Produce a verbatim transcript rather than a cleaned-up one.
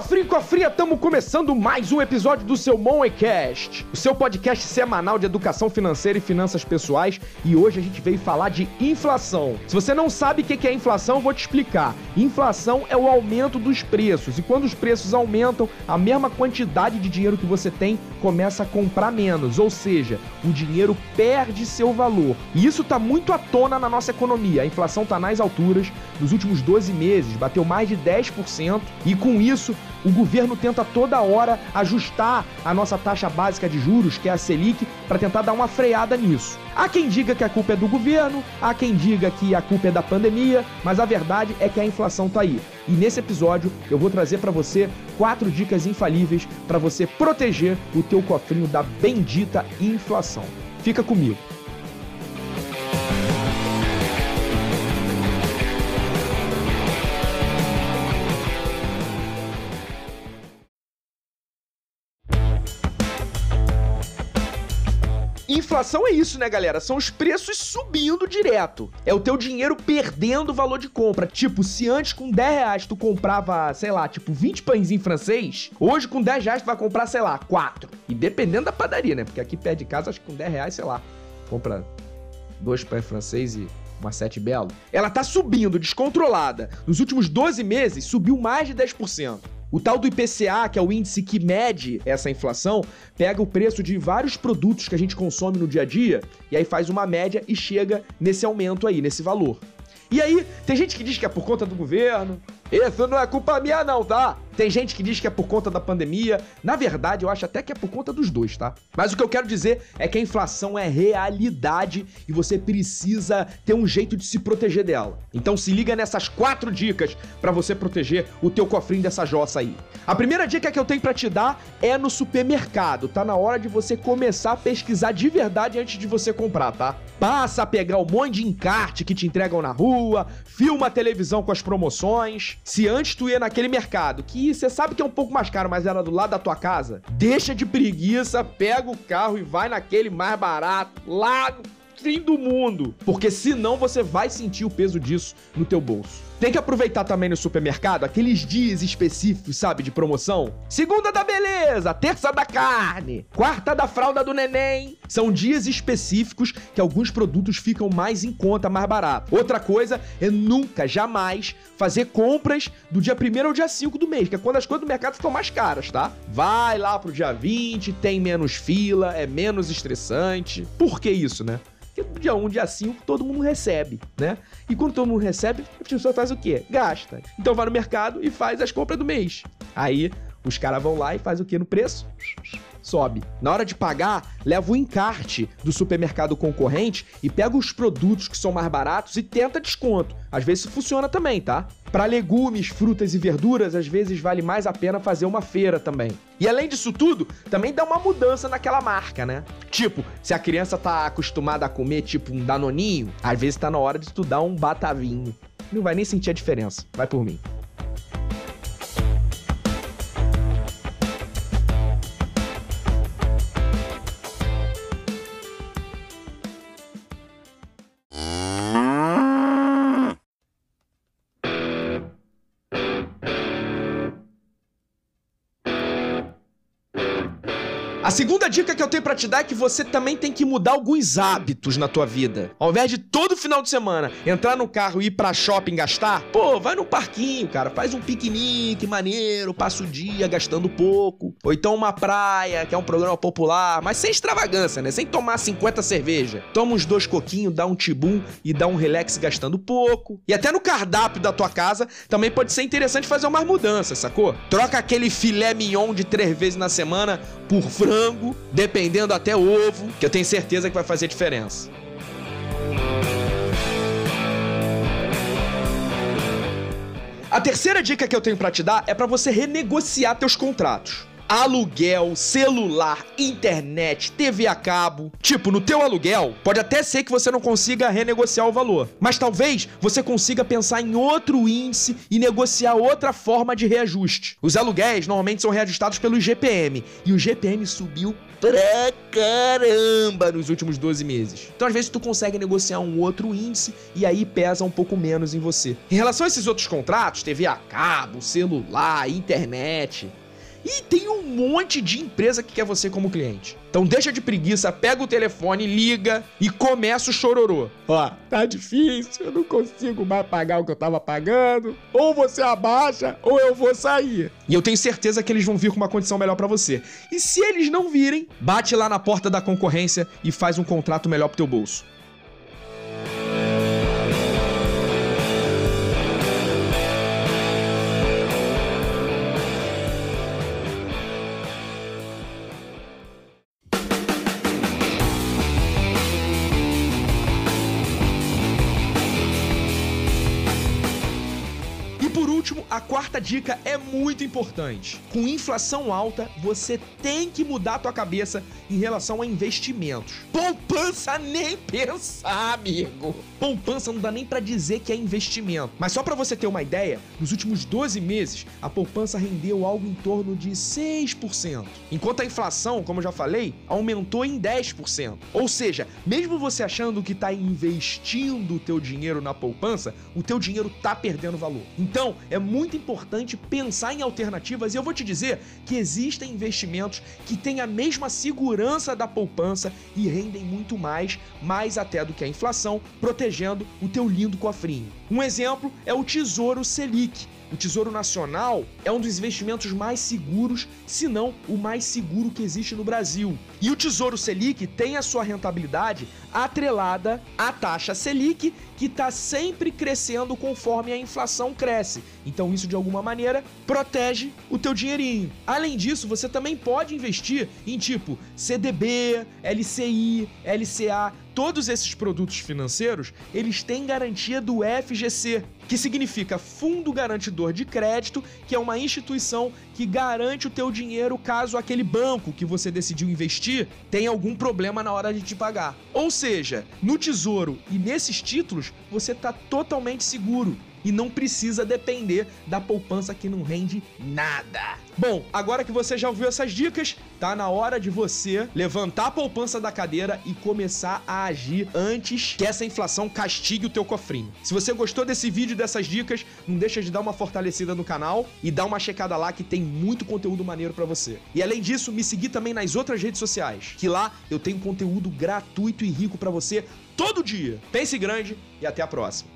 Cofrinho e Cofrinha, estamos começando mais um episódio do seu Moneycast, o seu podcast semanal de educação financeira e finanças pessoais, e hoje a gente veio falar de inflação. Se você não sabe o que é inflação, eu vou te explicar. Inflação é o aumento dos preços, e quando os preços aumentam, a mesma quantidade de dinheiro que você tem começa a comprar menos, ou seja, o dinheiro perde seu valor. E isso está muito à tona na nossa economia. A inflação está nas alturas, nos últimos doze meses bateu mais de dez por cento, e com isso o governo tenta toda hora ajustar a nossa taxa básica de juros, que é a Selic, para tentar dar uma freada nisso. Há quem diga que a culpa é do governo, há quem diga que a culpa é da pandemia, mas a verdade é que a inflação tá aí. E nesse episódio eu vou trazer para você quatro dicas infalíveis para você proteger o teu cofrinho da bendita inflação. Fica comigo. Inflação é isso, né, galera? São os preços subindo direto. É o teu dinheiro perdendo o valor de compra. Tipo, se antes com dez reais tu comprava, sei lá, tipo vinte pãezinhos francês, hoje com dez reais tu vai comprar, sei lá, quatro. E dependendo da padaria, né? Porque aqui perto de casa, acho que com dez reais, sei lá, compra dois pães francês e uma sete belo. Ela tá subindo, descontrolada. Nos últimos doze meses, subiu mais de dez por cento. O tal do I P C A, que é o índice que mede essa inflação, pega o preço de vários produtos que a gente consome no dia a dia e aí faz uma média e chega nesse aumento aí, nesse valor. E aí, tem gente que diz que é por conta do governo. Isso não é culpa minha não, tá? Tem gente que diz que é por conta da pandemia. Na verdade, eu acho até que é por conta dos dois, tá? Mas o que eu quero dizer é que a inflação é realidade e você precisa ter um jeito de se proteger dela. Então se liga nessas quatro dicas pra você proteger o teu cofrinho dessa jossa aí. A primeira dica que eu tenho pra te dar é no supermercado. Tá na hora de você começar a pesquisar de verdade antes de você comprar, tá? Passa a pegar um monte de encarte que te entregam na rua, filma a televisão com as promoções. Se antes tu ia naquele mercado, que você sabe que é um pouco mais caro, mas era do lado da tua casa, deixa de preguiça, pega o carro e vai naquele mais barato, lá no fim do mundo. Porque senão você vai sentir o peso disso no teu bolso. Tem que aproveitar também no supermercado aqueles dias específicos, sabe, de promoção. Segunda da beleza, terça da carne, quarta da fralda do neném. São dias específicos que alguns produtos ficam mais em conta, mais barato. Outra coisa é nunca, jamais fazer compras do dia primeiro ao dia cinco do mês, que é quando as coisas do mercado ficam mais caras, tá? Vai lá pro dia vinte, tem menos fila, é menos estressante. Por que isso, né? Porque do dia um, dia cinco, todo mundo recebe, né? E quando todo mundo recebe, a pessoa faz o quê? Gasta. Então vai no mercado e faz as compras do mês. Aí os caras vão lá e faz o quê no preço? Sobe. Na hora de pagar, leva o encarte do supermercado concorrente e pega os produtos que são mais baratos e tenta desconto. Às vezes isso funciona também, tá? Para legumes, frutas e verduras, às vezes vale mais a pena fazer uma feira também. E além disso tudo, também dá uma mudança naquela marca, né? Tipo, se a criança tá acostumada a comer tipo um danoninho, às vezes tá na hora de tu dar um batavinho. Não vai nem sentir a diferença. Vai por mim. A segunda dica que eu tenho pra te dar é que você também tem que mudar alguns hábitos na tua vida. Ao invés de todo final de semana entrar no carro e ir pra shopping gastar, pô, vai no parquinho, cara, faz um piquenique maneiro, passa o dia gastando pouco. Ou então uma praia, que é um programa popular, mas sem extravagância, né? Sem tomar cinquenta cerveja. Toma uns dois coquinhos, dá um tibum e dá um relax gastando pouco. E até no cardápio da tua casa também pode ser interessante fazer umas mudanças, sacou? Troca aquele filé mignon de três vezes na semana por frango, dependendo até ovo, que eu tenho certeza que vai fazer diferença. A terceira dica que eu tenho pra te dar é pra você renegociar teus contratos. aluguel, celular, internet, T V a cabo. Tipo, no teu aluguel, pode até ser que você não consiga renegociar o valor, mas talvez você consiga pensar em outro índice e negociar outra forma de reajuste. Os aluguéis normalmente são reajustados pelo I G P M, e o I G P M subiu pra caramba nos últimos doze meses. Então, às vezes, tu consegue negociar um outro índice e aí pesa um pouco menos em você. Em relação a esses outros contratos, T V a cabo, celular, internet... E tem um monte de empresa que quer você como cliente. Então deixa de preguiça, pega o telefone, liga e começa o chororô. Ó, tá difícil, eu não consigo mais pagar o que eu tava pagando. Ou você abaixa, ou eu vou sair. E eu tenho certeza que eles vão vir com uma condição melhor pra você. E se eles não virem, bate lá na porta da concorrência e faz um contrato melhor pro teu bolso. Por último, a quarta dica é muito importante. Com inflação alta, você tem que mudar a tua cabeça em relação a investimentos. Poupança nem pensar, amigo. Poupança não dá nem pra dizer que é investimento. Mas só pra você ter uma ideia, nos últimos doze meses, a poupança rendeu algo em torno de seis por cento. Enquanto a inflação, como eu já falei, aumentou em dez por cento. Ou seja, mesmo você achando que tá investindo o teu dinheiro na poupança, o teu dinheiro tá perdendo valor. Então, é muito importante pensar em alternativas e eu vou te dizer que existem investimentos que têm a mesma segurança da poupança e rendem muito mais, mais até do que a inflação, protegendo o teu lindo cofrinho. Um exemplo é o Tesouro Selic. O Tesouro Nacional é um dos investimentos mais seguros, se não o mais seguro que existe no Brasil. E o Tesouro Selic tem a sua rentabilidade atrelada à taxa Selic, que está sempre crescendo conforme a inflação cresce. Então isso, de alguma maneira, protege o teu dinheirinho. Além disso, você também pode investir em tipo C D B, L C I, L C A. Todos esses produtos financeiros, eles têm garantia do F G C, que significa Fundo Garantidor de Crédito, que é uma instituição que garante o teu dinheiro caso aquele banco que você decidiu investir tenha algum problema na hora de te pagar. Ou seja, no Tesouro e nesses títulos, você está totalmente seguro e não precisa depender da poupança que não rende nada. Bom, agora que você já ouviu essas dicas, tá na hora de você levantar a poupança da cadeira e começar a agir antes que essa inflação castigue o teu cofrinho. Se você gostou desse vídeo e dessas dicas, não deixa de dar uma fortalecida no canal e dar uma checada lá que tem muito conteúdo maneiro pra você. E além disso, me seguir também nas outras redes sociais, que lá eu tenho conteúdo gratuito e rico pra você todo dia. Pense grande e até a próxima.